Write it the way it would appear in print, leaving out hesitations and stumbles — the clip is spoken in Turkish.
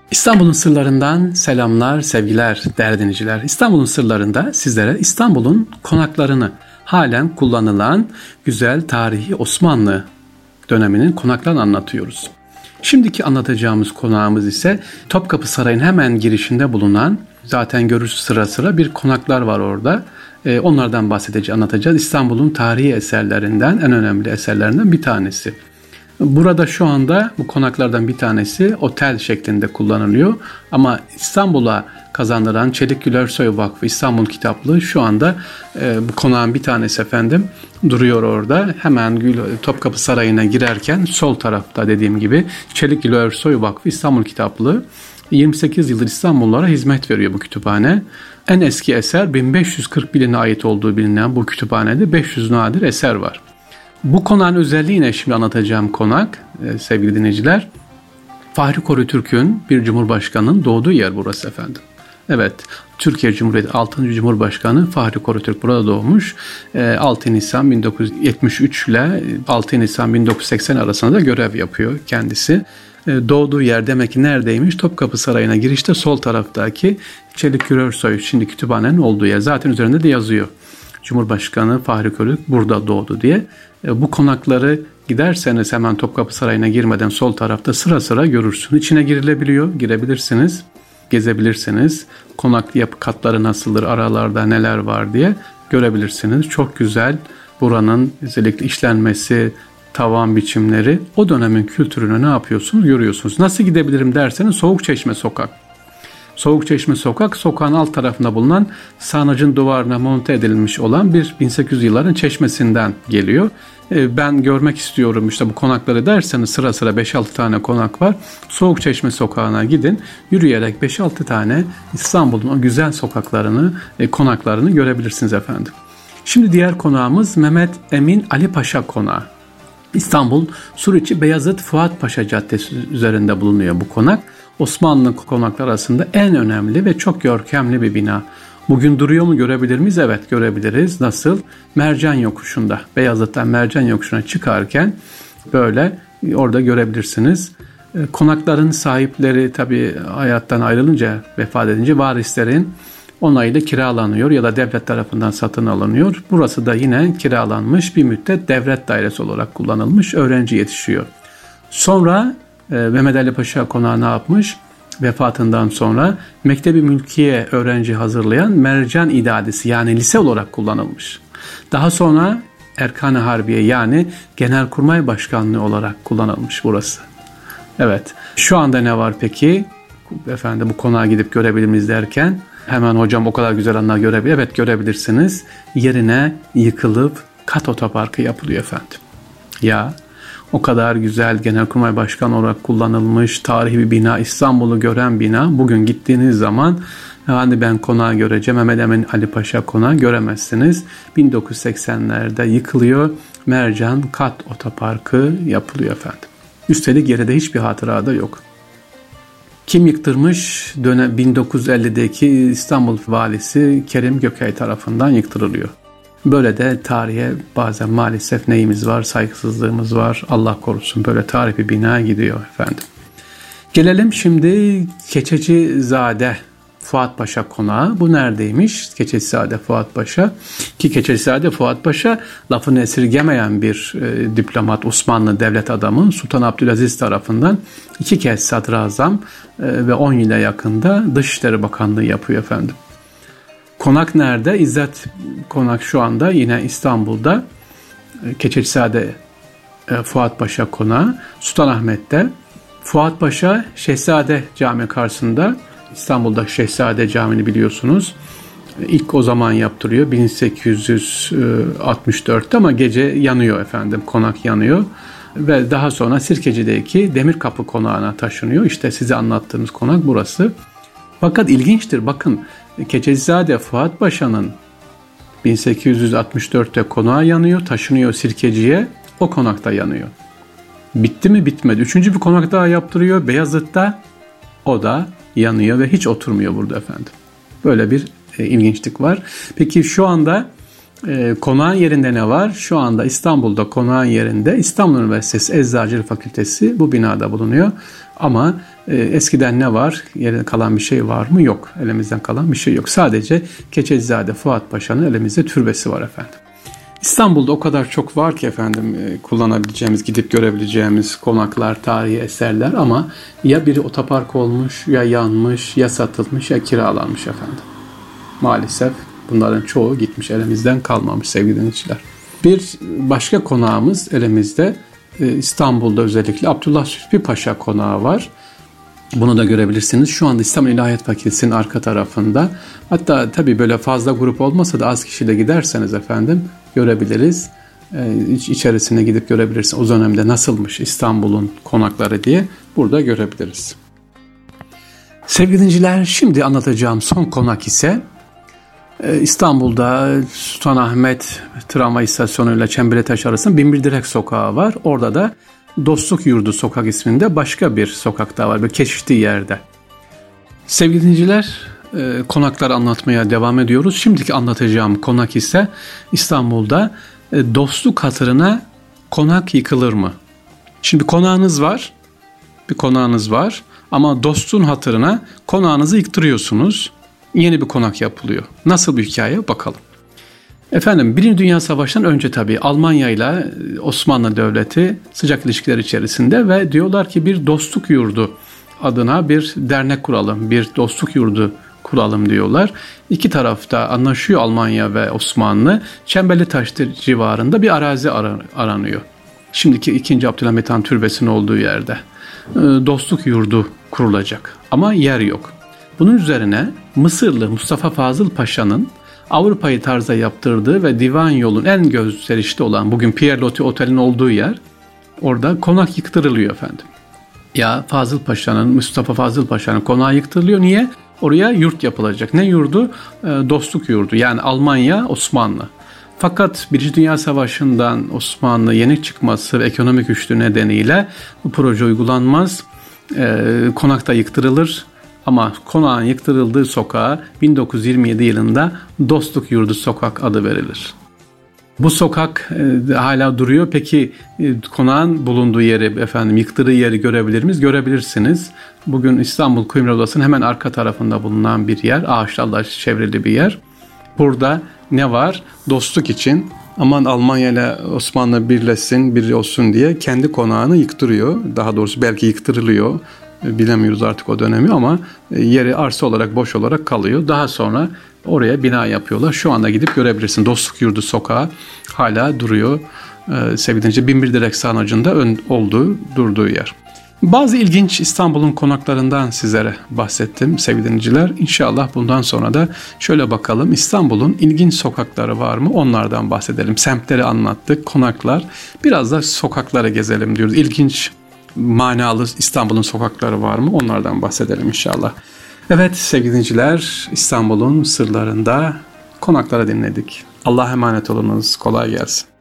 İstanbul'un sırlarından selamlar, sevgiler değerli dinleyiciler. İstanbul'un sırlarında sizlere İstanbul'un konaklarını, halen kullanılan güzel tarihi Osmanlı döneminin konaklarını anlatıyoruz. Şimdiki anlatacağımız konağımız ise Topkapı Sarayı'nın hemen girişinde bulunan, zaten görürsünüz sıra sıra bir konaklar var orada. Onlardan anlatacağız. İstanbul'un tarihi eserlerinden, en önemli eserlerinden bir tanesi. Burada şu anda bu konaklardan bir tanesi otel şeklinde kullanılıyor. Ama İstanbul'a kazandıran Çelikgül Ersoy Vakfı İstanbul Kitaplığı şu anda bu konağın bir tanesi efendim duruyor orada. Hemen Topkapı Sarayı'na girerken sol tarafta dediğim gibi Çelikgül Ersoy Vakfı İstanbul Kitaplığı 28 yıldır İstanbullulara hizmet veriyor bu kütüphane. En eski eser 1541 yılına ait olduğu bilinen bu kütüphanede 500 nadir eser var. Bu konağın özelliği ne? Şimdi anlatacağım konak sevgili dinleyiciler. Fahri Korutürk'ün bir cumhurbaşkanının doğduğu yer burası efendim. Evet, Türkiye Cumhuriyeti 6. Cumhurbaşkanı Fahri Korutürk burada doğmuş. 6 Nisan 1973 ile 6 Nisan 1980 arasında da görev yapıyor kendisi. Doğduğu yer demek ki neredeymiş? Topkapı Sarayı'na girişte sol taraftaki Çelikgül Ersoy şimdi kütüphanenin olduğu yer. Zaten üzerinde de yazıyor. Cumhurbaşkanı Fahri Korutürk burada doğdu diye. Bu konakları giderseniz hemen Topkapı Sarayı'na girmeden sol tarafta sıra sıra görürsünüz. İçine girilebiliyor, girebilirsiniz, gezebilirsiniz. Konak yapı katları nasıldır, aralarda neler var diye görebilirsiniz. Çok güzel buranın özellikle işlenmesi, tavan biçimleri o dönemin kültürünü ne yapıyorsunuz görüyorsunuz. Nasıl gidebilirim derseniz Soğukçeşme Sokak. Soğukçeşme Sokak, sokağın alt tarafında bulunan sarnıcın duvarına monte edilmiş olan bir 1800 yılların çeşmesinden geliyor. Ben görmek istiyorum işte bu konakları derseniz sıra sıra 5-6 tane konak var. Soğukçeşme Sokağı'na gidin. Yürüyerek 5-6 tane İstanbul'un o güzel sokaklarını, konaklarını görebilirsiniz efendim. Şimdi diğer konağımız Mehmet Emin Ali Paşa Konağı. İstanbul Suriçi Beyazıt Fuat Paşa Caddesi üzerinde bulunuyor bu konak. Osmanlı konaklar arasında en önemli ve çok görkemli bir bina. Bugün duruyor mu görebilir miyiz? Evet görebiliriz. Nasıl? Mercan Yokuşu'nda. Beyazıt'tan Mercan Yokuşu'na çıkarken böyle orada görebilirsiniz. Konakların sahipleri tabii hayattan ayrılınca, vefat edince varislerin onayıyla kiralanıyor ya da devlet tarafından satın alınıyor. Burası da yine kiralanmış bir müddet devlet dairesi olarak kullanılmış. Öğrenci yetişiyor. Sonra Mehmet Ali Paşa Konağı ne yapmış? Vefatından sonra Mektebi Mülkiye öğrenci hazırlayan Mercan İdadesi yani lise olarak kullanılmış. Daha sonra Erkan-ı Harbiye yani Genelkurmay Başkanlığı olarak kullanılmış burası. Evet. Şu anda ne var peki? Efendim bu konağa gidip görebilir miyiz derken hemen hocam o kadar güzel anlar görebilir. Evet görebilirsiniz. Yerine yıkılıp kat otoparkı yapılıyor efendim. Ya o kadar güzel Genelkurmay Başkanı olarak kullanılmış tarihi bir bina, İstanbul'u gören bina. Bugün gittiğiniz zaman hani ben konağı göreceğim, Mehmet Emin Ali Paşa Konağı göremezsiniz. 1980'lerde yıkılıyor, Mercan Kat Otoparkı yapılıyor efendim. Üstelik geride hiçbir hatıra da yok. Kim yıktırmış? 1950'deki İstanbul valisi Kerim Gökay tarafından yıktırılıyor. Böyle de tarihe bazen maalesef neyimiz var? Saygısızlığımız var. Allah korusun böyle tarih bir bina gidiyor efendim. Gelelim şimdi Keçecizade Fuat Paşa Konağı. Bu neredeymiş? Keçecizade Fuat Paşa. Ki Keçecizade Fuat Paşa lafını esirgemeyen bir diplomat, Osmanlı devlet adamı Sultan Abdülaziz tarafından 2 kez sadrazam ve 10 yıla yakında Dışişleri Bakanlığı yapıyor efendim. Konak nerede? İzzet Konak şu anda yine İstanbul'da. Keçecizade Fuat Paşa Konağı Sultanahmet'te. Fuat Paşa Şehzade Camii karşısında, İstanbul'da Şehzade Camii'ni biliyorsunuz. İlk o zaman yaptırıyor 1864'te ama gece yanıyor efendim, konak yanıyor. Ve daha sonra Sirkeci'deki Demirkapı Konağı'na taşınıyor. İşte size anlattığımız konak burası. Fakat ilginçtir, bakın Keçecizade Fuat Paşa'nın 1864'te konağı yanıyor, taşınıyor Sirkeci'ye, o konakta yanıyor. Bitti mi? Bitmedi. 3. bir konak daha yaptırıyor Beyazıt'ta, o da yanıyor ve hiç oturmuyor burada efendim. Böyle bir ilginçlik var. Peki şu anda konağın yerinde ne var? Şu anda İstanbul'da konağın yerinde İstanbul Üniversitesi Eczacılık Fakültesi bu binada bulunuyor. Ama Eskiden ne var? Yerine kalan bir şey var mı? Yok. Elimizden kalan bir şey yok. Sadece Keçecizade Fuat Paşa'nın elimizde türbesi var efendim. İstanbul'da o kadar çok var ki efendim kullanabileceğimiz, gidip görebileceğimiz konaklar, tarihi eserler ama ya biri otopark olmuş, ya yanmış, ya satılmış, ya kiralanmış efendim. Maalesef bunların çoğu gitmiş, elimizden kalmamış sevgili dinleyiciler. Bir başka konağımız elimizde İstanbul'da özellikle Abdullah Zülfü Paşa konağı var. Bunu da görebilirsiniz. Şu anda İstanbul İlahiyat Fakültesi'nin arka tarafında. Hatta tabii böyle fazla grup olmasa da az kişiyle giderseniz efendim görebiliriz. İçerisine gidip görebilirsiniz. O dönemde nasılmış İstanbul'un konakları diye burada görebiliriz. Sevgili dinleyiciler, şimdi anlatacağım son konak ise İstanbul'da Sultanahmet tramvay istasyonu ile Çemberlitaş arasında Binbirdirek Sokağı var. Orada da Dostluk Yurdu Sokak isminde başka bir sokak daha var, böyle kesiştiği yerde. Sevgili dinleyiciler, konakları anlatmaya devam ediyoruz. Şimdiki anlatacağım konak ise İstanbul'da dostluk hatırına konak yıkılır mı? Şimdi bir konağınız var ama dostun hatırına konağınızı yıktırıyorsunuz. Yeni bir konak yapılıyor. Nasıl bir hikaye? Bakalım. Efendim, Birinci Dünya Savaşı'ndan önce tabii Almanya ile Osmanlı Devleti sıcak ilişkiler içerisinde ve diyorlar ki bir dostluk yurdu adına bir dernek kuralım, bir dostluk yurdu kuralım diyorlar. İki tarafta anlaşıyor, Almanya ve Osmanlı. Çemberlitaş civarında bir arazi aranıyor. Şimdiki 2. Abdülhamit Han Türbesi'nin olduğu yerde. Dostluk yurdu kurulacak ama yer yok. Bunun üzerine Mısırlı Mustafa Fazıl Paşa'nın Avrupa'yı tarza yaptırdığı ve divan yolun en gösterişli olan bugün Pierre Loti Otel'in olduğu yer, orada konak yıktırılıyor efendim. Ya Mustafa Fazıl Paşa'nın konağı yıktırılıyor. Niye? Oraya yurt yapılacak. Ne yurdu? Dostluk yurdu. Yani Almanya, Osmanlı. Fakat Birinci Dünya Savaşı'ndan Osmanlı yenik çıkması ve ekonomik güçlüğü nedeniyle bu proje uygulanmaz. Konak da yıktırılır. Ama konağın yıktırıldığı sokağa 1927 yılında Dostluk Yurdu Sokak adı verilir. Bu sokak hala duruyor. Peki konağın bulunduğu yeri, efendim yıktığı yeri görebilir miyiz? Görebilirsiniz. Bugün İstanbul Kuyumcu Odası'nın hemen arka tarafında bulunan bir yer. Ağaçlarla çevrili bir yer. Burada ne var? Dostluk için aman Almanya ile Osmanlı birleşsin, bir olsun diye kendi konağını yıktırıyor. Daha doğrusu belki yıktırılıyor. Bilemiyoruz artık o dönemi ama yeri arsa olarak boş olarak kalıyor. Daha sonra oraya bina yapıyorlar. Şu anda gidip görebilirsin. Dostluk Yurdu Sokağı hala duruyor. Sevgili dinleyiciler, Binbirdirek Sarnıcı'nda durduğu yer. Bazı ilginç İstanbul'un konaklarından sizlere bahsettim sevgili dinleyiciler. İnşallah bundan sonra da şöyle bakalım, İstanbul'un ilginç sokakları var mı? Onlardan bahsedelim. Semtleri anlattık, konaklar. Biraz da sokaklara gezelim diyoruz. İlginç, manalı İstanbul'un sokakları var mı? Onlardan bahsedelim inşallah. Evet sevgili dinleyiciler, İstanbul'un sırlarında konaklara dinledik. Allah'a emanet olunuz. Kolay gelsin.